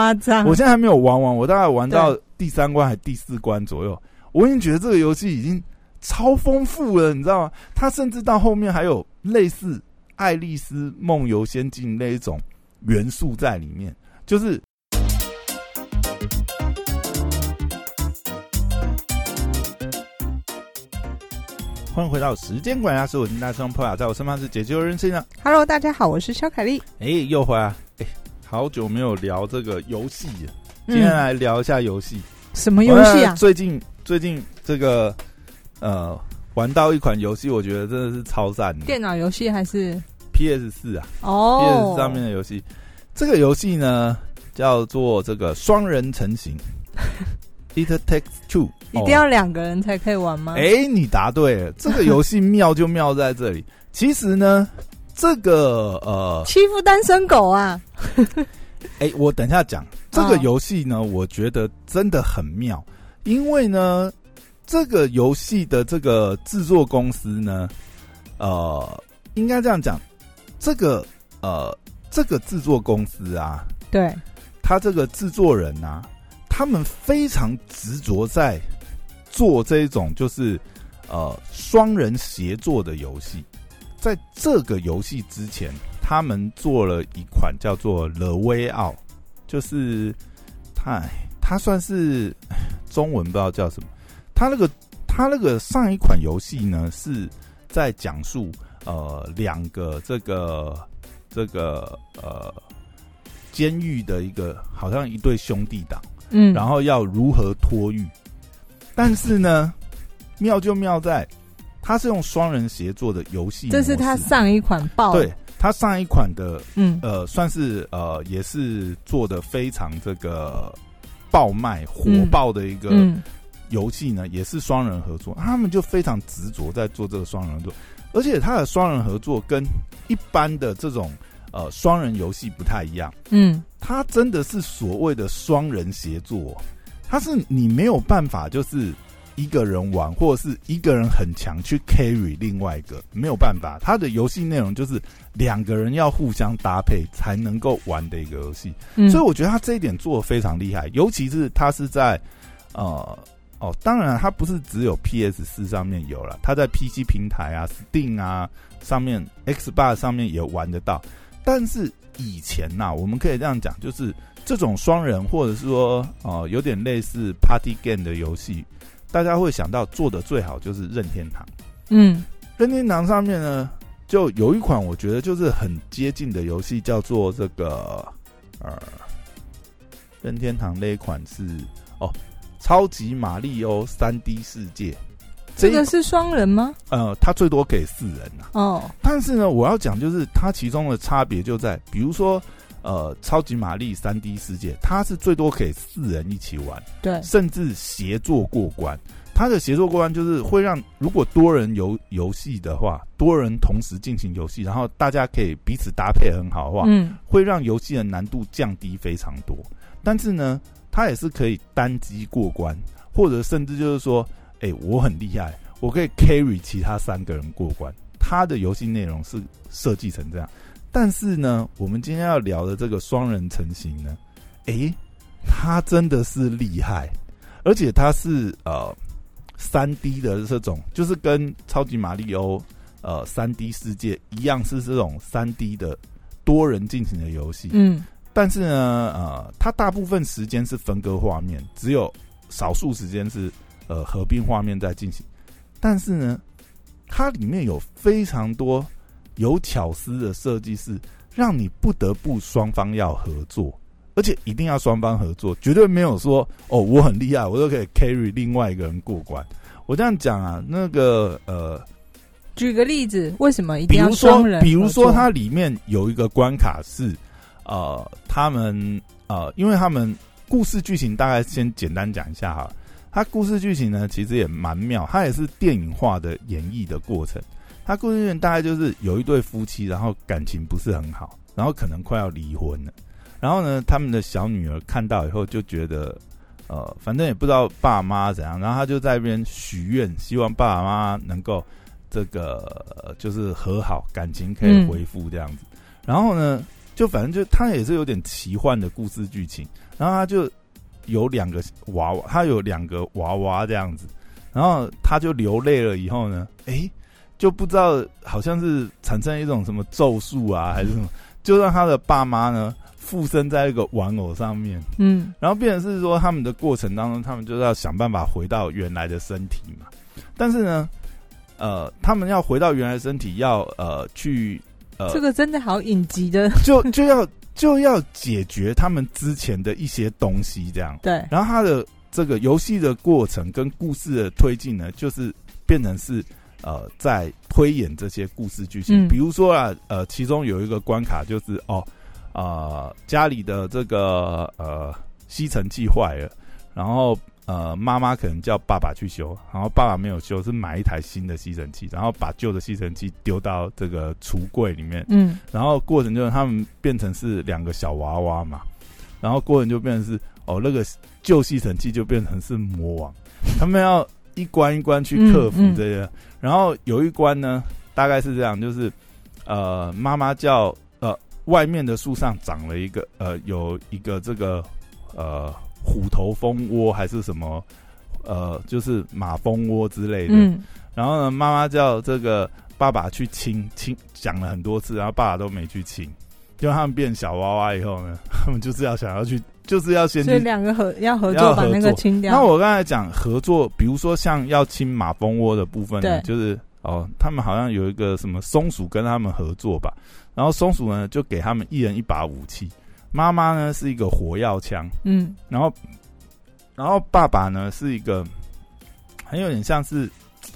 我现在还没有玩完，我大概玩到第3关还第4关左右，我已经觉得这个游戏已经超丰富了，你知道吗？它甚至到后面还有类似《爱丽丝梦游仙境》那一种元素在里面，就是欢迎回到时间管家，是我金大生 Poya， 在我身旁是解救人生呢。 Hello， 大家好，我是肖凯丽。 又回来，好久没有聊这个游戏了，今天来聊一下游戏。 什么游戏啊？ 最近这个玩到一款游戏，我觉得真的是超赞的。 电脑游戏还是 PS4 啊？PS4 上面的游戏。这个游戏呢叫做这个双人成行。It Takes Two， 一定要2个人才可以玩吗？ 你答对了，这个游戏妙就妙在这里。其实呢，这个欺负单身狗啊！ 我等一下讲这个游戏呢，我觉得真的很妙，因为呢，这个游戏的这个制作公司呢，应该这样讲，这个制作公司啊， 对， 他这个制作人啊。他们非常执着在做这种就是双人协作的游戏。在这个游戏之前，他们做了一款叫做 The Way Out， 就是它算是中文不知道叫什么。它那个上一款游戏呢是在讲述2个这个监狱的一个好像一对兄弟档。然后要如何脱狱？但是呢，妙就妙在，它是用双人协作的游戏模式。 这是他上一款对，他上一款的，算是也是做的非常这个爆卖火爆的一个游戏呢，也是双人合作。他们就非常执着在做这个双人合作，而且他的双人合作跟一般的这种双人游戏不太一样。它真的是所谓的双人协作，它是你没有办法就是一个人玩，或者是一个人很强去 carry 另外一个，没有办法。它的游戏内容就是2个人要互相搭配才能够玩的一个游戏，所以我觉得它这一点做得非常厉害。尤其是它是在当然它不是只有 PS4 上面有了，它在 PC 平台啊 Steam 啊上面 Xbox 上面也玩得到。但是以前我们可以这样讲，就是这种双人或者是说有点类似 Party Game 的游戏，大家会想到做的最好就是任天堂。任天堂上面呢，就有一款我觉得就是很接近的游戏，叫做这个任天堂那一款是超级马里欧 3D 世界。 这个是双人吗？ 它最多给4人但是呢，我要讲就是它其中的差别就在，比如说超级玛丽 3D 世界，它是最多可以4人一起玩， 对， 甚至协作过关。它的协作过关就是会让，如果多人游戏的话，多人同时进行游戏，然后大家可以彼此搭配很好的话，会让游戏的难度降低非常多。但是呢，它也是可以单机过关，或者甚至就是说，我很厉害，我可以 carry 其他3个人过关。它的游戏内容是设计成这样。但是呢，我们今天要聊的这个双人成行呢，它真的是厉害，而且它是3D 的这种，就是跟超级马里欧3D 世界一样，是这种3D 的多人进行的游戏。但是呢，它大部分时间是分割画面，只有少数时间是合并画面在进行。但是呢，它里面有非常多有巧思的设计，是让你不得不双方要合作，而且一定要双方合作，绝对没有说我很厉害，我都可以 carry 另外一个人过关。我这样讲啊，那个举个例子，为什么一定要双人合作？ 比如说它里面有一个关卡是他们因为他们故事剧情大概先简单讲一下哈。它故事剧情呢，其实也蛮妙，它也是电影化的演绎的过程。它故事剧情大概就是有一对夫妻，然后感情不是很好，然后可能快要离婚了。然后呢，他们的小女儿看到以后就觉得，反正也不知道爸妈怎样，然后他就在那边许愿，希望爸爸妈妈能够这个就是和好，感情可以恢复这样子。然后呢， 就反正就它也是有点奇幻的故事剧情，然后他就有2个娃娃，他有2个娃娃这样子，然后他就流泪了以后呢，就不知道好像是产生一种什么咒术啊还是什么，就让他的爸妈呢附身在一个玩偶上面，然后变成是说他们的过程当中，他们就要想办法回到原来的身体嘛。但是呢，他们要回到原来的身体，要去这个真的好隐疾的， 就要解决他们之前的一些东西，这样。 对。 然后他的这个游戏的过程跟故事的推进呢，就是变成是在推演这些故事剧情。比如说啊，其中有一个关卡就是家里的这个吸尘器坏了，然后妈妈可能叫爸爸去修，然后爸爸没有修，是买一台新的吸尘器，然后把旧的吸尘器丢到这个橱柜里面，然后过程就是他们变成是2个小娃娃嘛，然后过程就变成是那个旧吸尘器就变成是魔王，他们要一关一关去克服这些，然后有一关呢大概是这样，就是妈妈叫外面的树上长了一个有一个这个虎头蜂窝还是什么就是马蜂窝之类的，然后呢妈妈叫这个爸爸去清，讲了很多次，然后爸爸都没去清，就他们变小娃娃以后呢，他们就是要想要去，就是要先去， 所以2个要合作把那个清掉。 那我刚才讲合作，比如说像要清马蜂窝的部分呢，就是他们好像有一个什么松鼠跟他们合作吧，然后松鼠呢就给他们一人一把武器，妈妈呢是一个火药枪，然后爸爸呢是一个很有点像是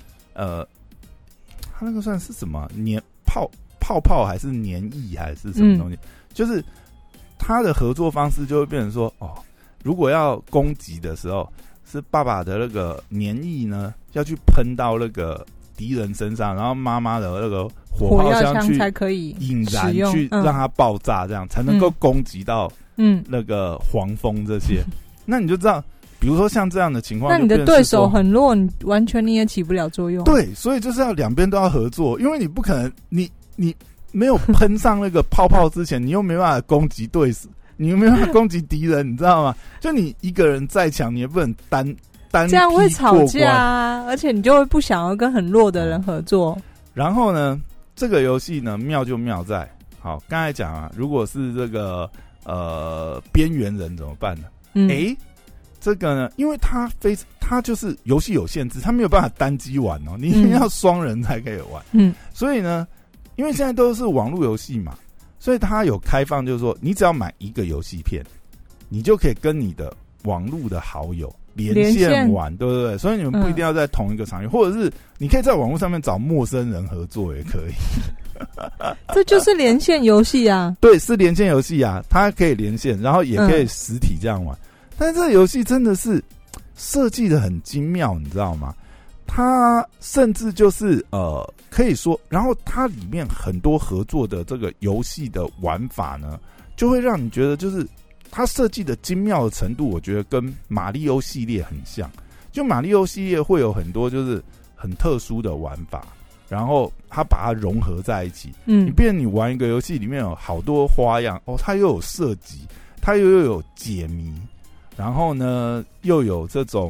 他那个算是什么泡泡还是粘液还是什么东西，就是他的合作方式就会变成说如果要攻击的时候，是爸爸的那个粘液呢要去喷到那个敌人身上，然后妈妈的那个火炮箱去才可以引燃，去让它爆炸，这样才能够攻击到那个黄蜂这些。那你就知道，比如说像这样的情况， 那你的对手很弱，你完全你也起不了作用。 对，所以就是要2边都要合作，因为你不可能，你没有喷上那个泡泡之前，你又没办法攻击对手，你又没办法攻击敌人，你知道吗？就你一个人再强，你也不能单这样会吵架啊，而且你就会不想要跟很弱的人合作。 然后呢，这个游戏呢妙就妙在，好，刚才讲啊，如果是这个边缘人怎么办呢？这个呢，因为它就是游戏有限制，它没有办法单机玩哦，你一定要双人才可以玩。所以呢，因为现在都是网络游戏嘛，所以它有开放，就是说你只要买一个游戏片，你就可以跟你的网络的好友连线玩，对不对？所以你们不一定要在同一个场域，或者是你可以在网络上面找陌生人合作也可以。 这就是连线游戏啊。 对，是连线游戏啊，它可以连线，然后也可以实体这样玩。但是这个游戏真的是设计的很精妙，你知道吗？它甚至就是可以说，然后它里面很多合作的这个游戏的玩法呢，就会让你觉得就是它设计的精妙的程度，我觉得跟马里奥系列很像。就马里奥系列会有很多就是很特殊的玩法，然后它把它融合在一起。你变成你玩一个游戏里面有好多花样它又有射击，它又有解谜，然后呢又有这种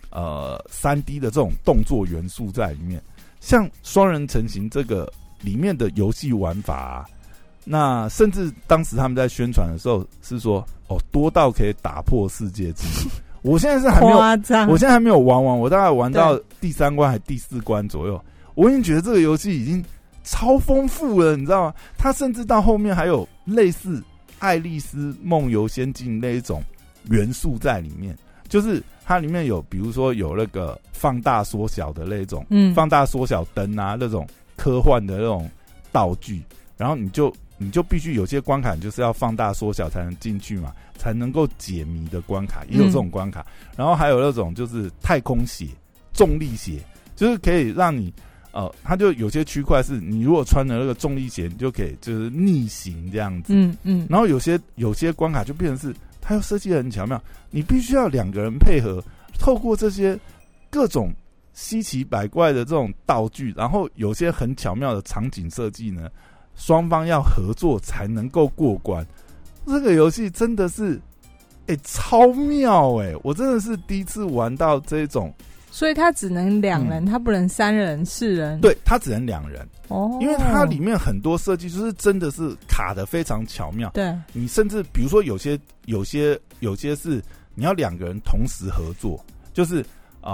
3D 的这种动作元素在里面。像双人成行这个里面的游戏玩法那甚至当时他们在宣传的时候是说多到可以打破世界纪录。我现在是还没有，我现在还没有玩完，我大概玩到第3关还第4关左右，我已经觉得这个游戏已经超丰富了，你知道吗？它甚至到后面还有类似《爱丽丝梦游仙境》那一种元素在里面，就是它里面有比如说有那个放大缩小的那种放大缩小灯啊，那种科幻的那种道具，然后你就必须有些关卡就是要放大缩小才能进去嘛，才能够解谜的关卡也有这种关卡。然后还有那种就是太空鞋、重力鞋，就是可以让你它就有些区块是你如果穿了那个重力鞋，你就可以就是逆行这样子。然后有些关卡就变成是它又设计得很巧妙，你必须要2个人配合，透过这些各种稀奇百怪的这种道具，然后有些很巧妙的场景设计呢， 双方要合作才能够过关。这个游戏真的是超妙我真的是第一次玩到这种。 所以它只能2人，它不能3人4人。 对，它只能2人因为它里面很多设计就是真的是卡得非常巧妙。 对， 你甚至比如说有些是你要2个人同时合作，就是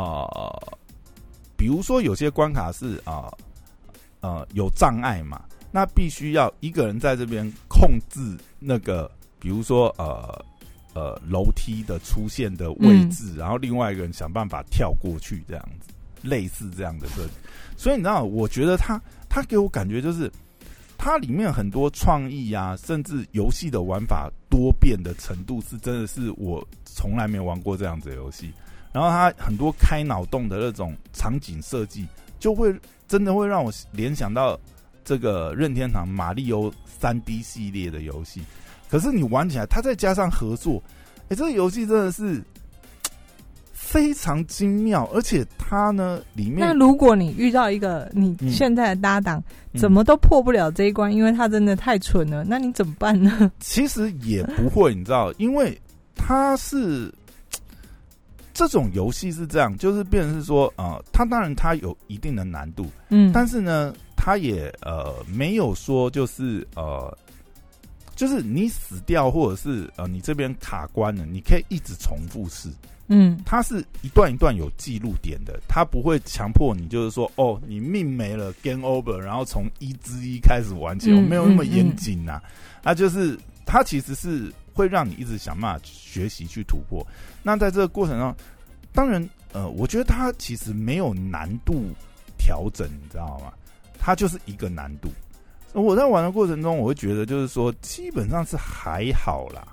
比如说有些关卡是有障碍嘛，那必须要一个人在这边控制那个，比如说楼梯的出现的位置，然后另外一个人想办法跳过去，这样子，类似这样的设计。所以你知道，我觉得它给我感觉就是它里面很多创意啊，甚至游戏的玩法多变的程度是真的是我从来没玩过这样子的游戏。然后它很多开脑洞的那种场景设计，就会真的会让我联想到这个任天堂马里欧 3D 系列的游戏。可是你玩起来，它再加上合作，这个游戏真的是非常精妙，而且它呢里面， 那如果你遇到一个你现在的搭档，怎么都破不了这一关，因为他真的太蠢了，那你怎么办呢？ 其实也不会，你知道，因为它是这种游戏是这样，就是变成是说，它当然它有一定的难度，但是呢，它也没有说就是你死掉或者是你这边卡关了，你可以一直重复试。它是一段一段有记录点的，它不会强迫你，就是说你命没了 game over， 然后从1+1开始玩起来，没有那么严谨啊。那就是它其实是会让你一直想办法学习去突破。那在这个过程中，当然我觉得它其实没有难度调整，你知道吗？它就是一个难度。我在玩的过程中，我会觉得就是说，基本上是还好啦。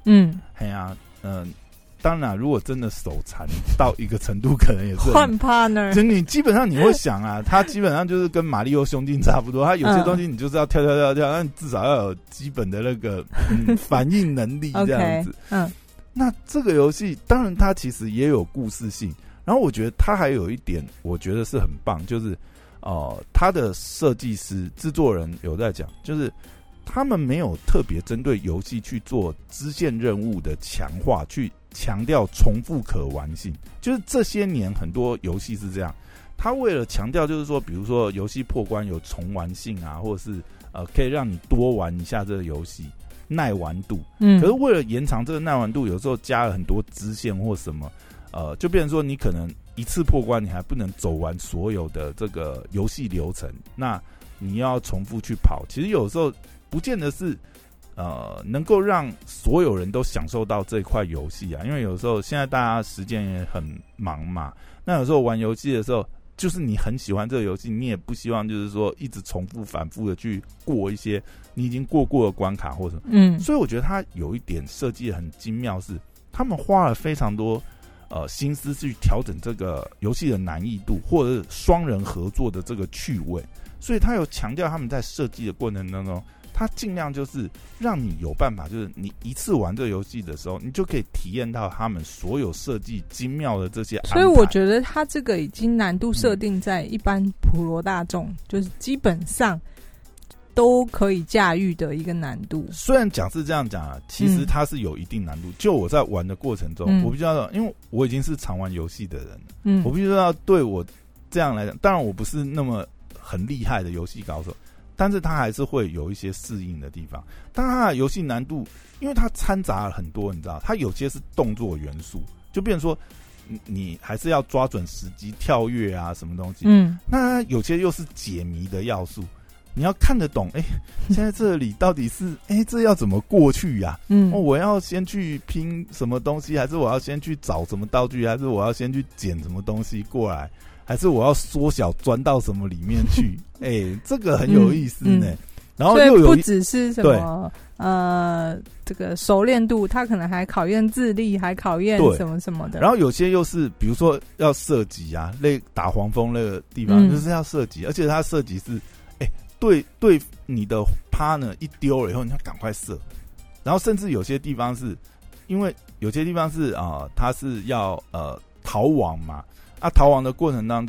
当然，如果真的手残到一个程度，可能也是换 partner。 就你基本上你会想啊，它基本上就是跟马里奥兄弟差不多。它有些东西你就是要跳，那你至少要有基本的那个反应能力这样子。那这个游戏当然它其实也有故事性，然后我觉得它还有一点，我觉得是很棒，就是他的设计师、制作人有在讲，就是他们没有特别针对游戏去做支线任务的强化，去强调重复可玩性。就是这些年很多游戏是这样，他为了强调就是说，比如说游戏破关有重玩性啊，或者是可以让你多玩一下这个游戏耐玩度。可是为了延长这个耐玩度，有时候加了很多支线或什么，就变成说你可能一次破关你还不能走完所有的这个游戏流程，那你要重复去跑，其实有时候不见得是能够让所有人都享受到这块游戏啊。因为有时候现在大家时间也很忙嘛，那有时候玩游戏的时候，就是你很喜欢这个游戏，你也不希望就是说一直重复反复的去过一些你已经过的关卡或什么。所以我觉得它有一点设计很精妙，是他们花了非常多心思去调整这个游戏的难易度，或者是双人合作的这个趣味。所以他有强调他们在设计的过程当中，他尽量就是让你有办法，就是你一次玩这个游戏的时候，你就可以体验到他们所有设计精妙的这些安排。 所以我觉得他这个已经难度设定在一般普罗大众，就是基本上都可以驾驭的一个难度。 虽然讲是这样讲啊，其实它是有一定难度。就我在玩的过程中，我必须要，因为我已经是常玩游戏的人，我必须要对我这样来讲，当然我不是那么很厉害的游戏高手，但是它还是会有一些适应的地方。但它的游戏难度，因为它掺杂了很多，你知道，它有些是动作元素，就变成说你还是要抓准时机跳跃啊，什么东西。那有些又是解谜的要素。你要看得懂，现在这里到底是，这要怎么过去呀？我要先去拼什么东西，还是我要先去找什么道具，还是我要先去捡什么东西过来，还是我要缩小钻到什么里面去？这个很有意思呢。然后又有不只是什么这个熟练度，它可能还考验智力，还考验什么什么的。 然后有些又是，比如说要射击啊，打黄蜂那个地方就是要射击，而且它射击是。对你的 partner 一丢了以后，你要赶快射。然后甚至有些地方是，因为有些地方是它是要逃亡嘛，逃亡的过程当中，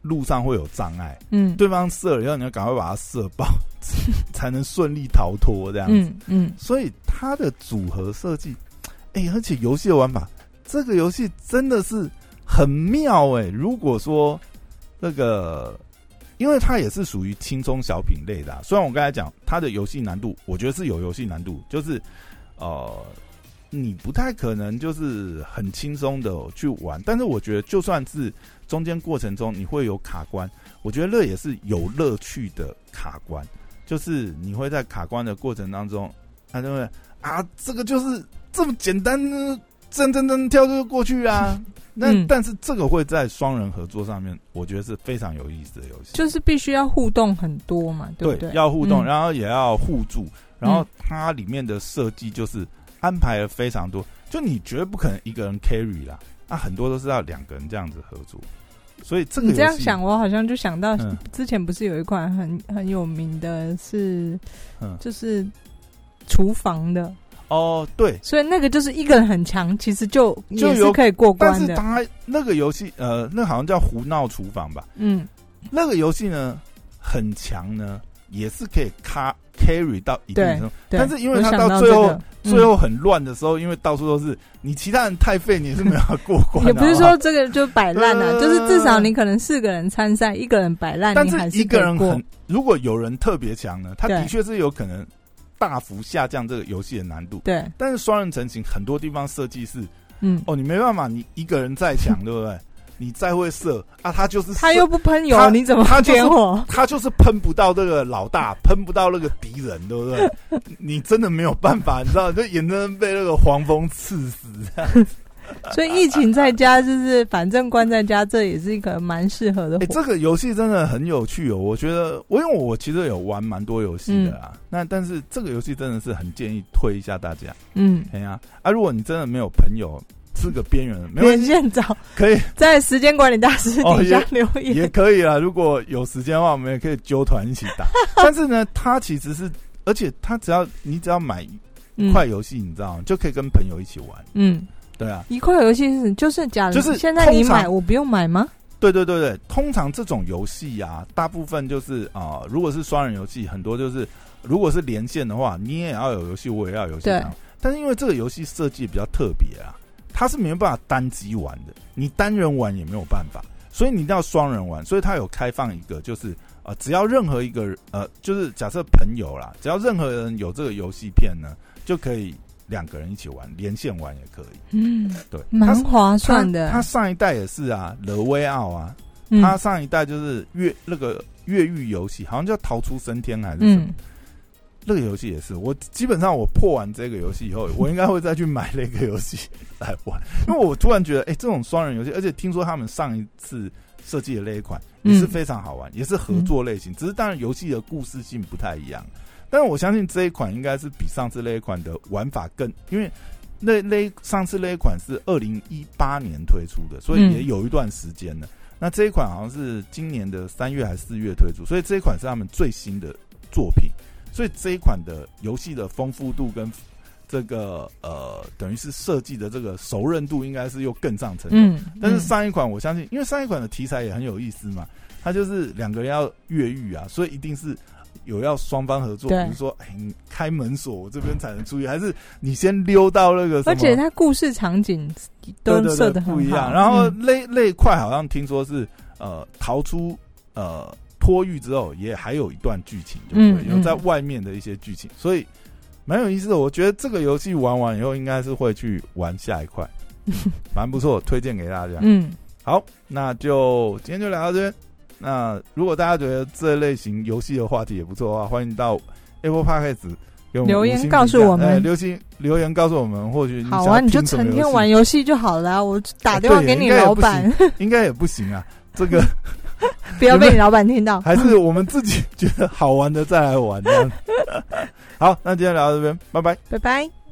路上会有障碍，对方射了以后，你要赶快把它射爆，才能顺利逃脱这样子。所以它的组合设计，而且游戏的玩法，这个游戏真的是很妙如果说那个，因为它也是属于轻松小品类的虽然我刚才讲它的游戏难度，我觉得是有游戏难度，就是你不太可能就是很轻松的去玩，但是我觉得就算是中间过程中你会有卡关，我觉得那也是有乐趣的卡关，就是你会在卡关的过程当中，对不对这个就是这么简单，真跳就过去啊。但是这个会在双人合作上面，我觉得是非常有意思的游戏， 就是必须要互动很多嘛，对不对？ 要互动，然后也要互助，然后它里面的设计就是安排了非常多，就你绝对不可能一个人 carry 啦，很多都是要两个人这样子合作。所以这个游戏， 你这样想，我好像就想到之前不是有一款很有名的是，就是厨房的。对，所以那个就是一个人很强，其实也是可以过关的。 但是他那个游戏，那好像叫胡闹厨房吧？那个游戏呢很强呢，也是可以carry 到一定程度，但是因为他到最后很乱的时候，因为到处都是你其他人太废，你也是没有过关。 也不是说这个就摆烂就是至少你可能4个人参赛，一个人摆烂， 但你还是一个人如果有人特别强呢，他的确是有可能大幅下降这个游戏的难度。 对， 但是双人成行很多地方设计是，你没办法，你一个人再强，对不对？你再会射他就是他又不喷油，你怎么点火？ 他就是喷不到这个老大，喷不到那个敌人，对不对？你真的没有办法，你知道，就眼睁被那个黄蜂刺死这样子。 所以疫情在家就是反正关在家，这也是一个蛮适合的。 这个游戏真的很有趣我觉得因为我其实有玩蛮多游戏的但是这个游戏真的是很建议推一下大家。如果你真的没有朋友，是个边缘人，没关系， 连线找可以在时间管理大师底下留言也可以啦。如果有时间的话，我们也可以揪团一起打。但是呢，它其实是，而且它你只要买一块游戏，你知道吗？就可以跟朋友一起玩。对啊， 一块游戏就是假如就是现在你买，我不用买吗？ 对，通常这种游戏大部分就是如果是双人游戏，很多就是如果是连线的话，你也要有游戏，我也要有游戏。但是因为这个游戏设计比较特别它是没有办法单机玩的，你单人玩也没有办法，所以你一定要双人玩。所以它有开放一个，就是只要任何一个就是假设朋友啦，只要任何人有这个游戏片呢，就可以2个人一起玩，连线玩也可以。对， 蛮划算的。 它上一代也是勒威奥它上一代就是那个越狱游戏，好像叫逃出升天还是什么。那个游戏也是，我基本上我破完这个游戏以后，我应该会再去买那个游戏来玩，因为我突然觉得，这种双人游戏，而且听说他们上一次设计的那一款也是非常好玩，也是合作类型，只是当然游戏的故事性不太一样，但是我相信这一款应该是比上次那一款的玩法更，因为上次那一款是2018年推出的，所以也有一段时间了。那这一款好像是今年的3月还是4月推出，所以这一款是他们最新的作品。所以这一款的游戏的丰富度跟这个等于是设计的这个熟认度应该是又更上层。但是上一款我相信，因为上一款的题材也很有意思嘛，它就是2个人要越狱所以一定是有要双方合作，比如说你开门锁，我这边才能出去，还是你先溜到那个什么， 而且它故事场景都设得很好， 不一样。然后那块好像听说是逃出脱狱之后也还有一段剧情，就对，有在外面的一些剧情，所以蛮有意思的。我觉得这个游戏玩完以后，应该是会去玩下一块，蛮不错，推荐给大家。好，那就今天就聊到这边。那如果大家觉得这类型游戏的话题也不错的话，欢迎到 Apple Podcast 给我们留言告诉我们， 留言告诉我们，或许你好你就成天玩游戏就好了。我打电话给你老板， 应该也不行啊，这个。 不要被你老板听到， 还是我们自己觉得好玩的再来玩这样。好，那今天聊到这边，拜拜， 拜拜。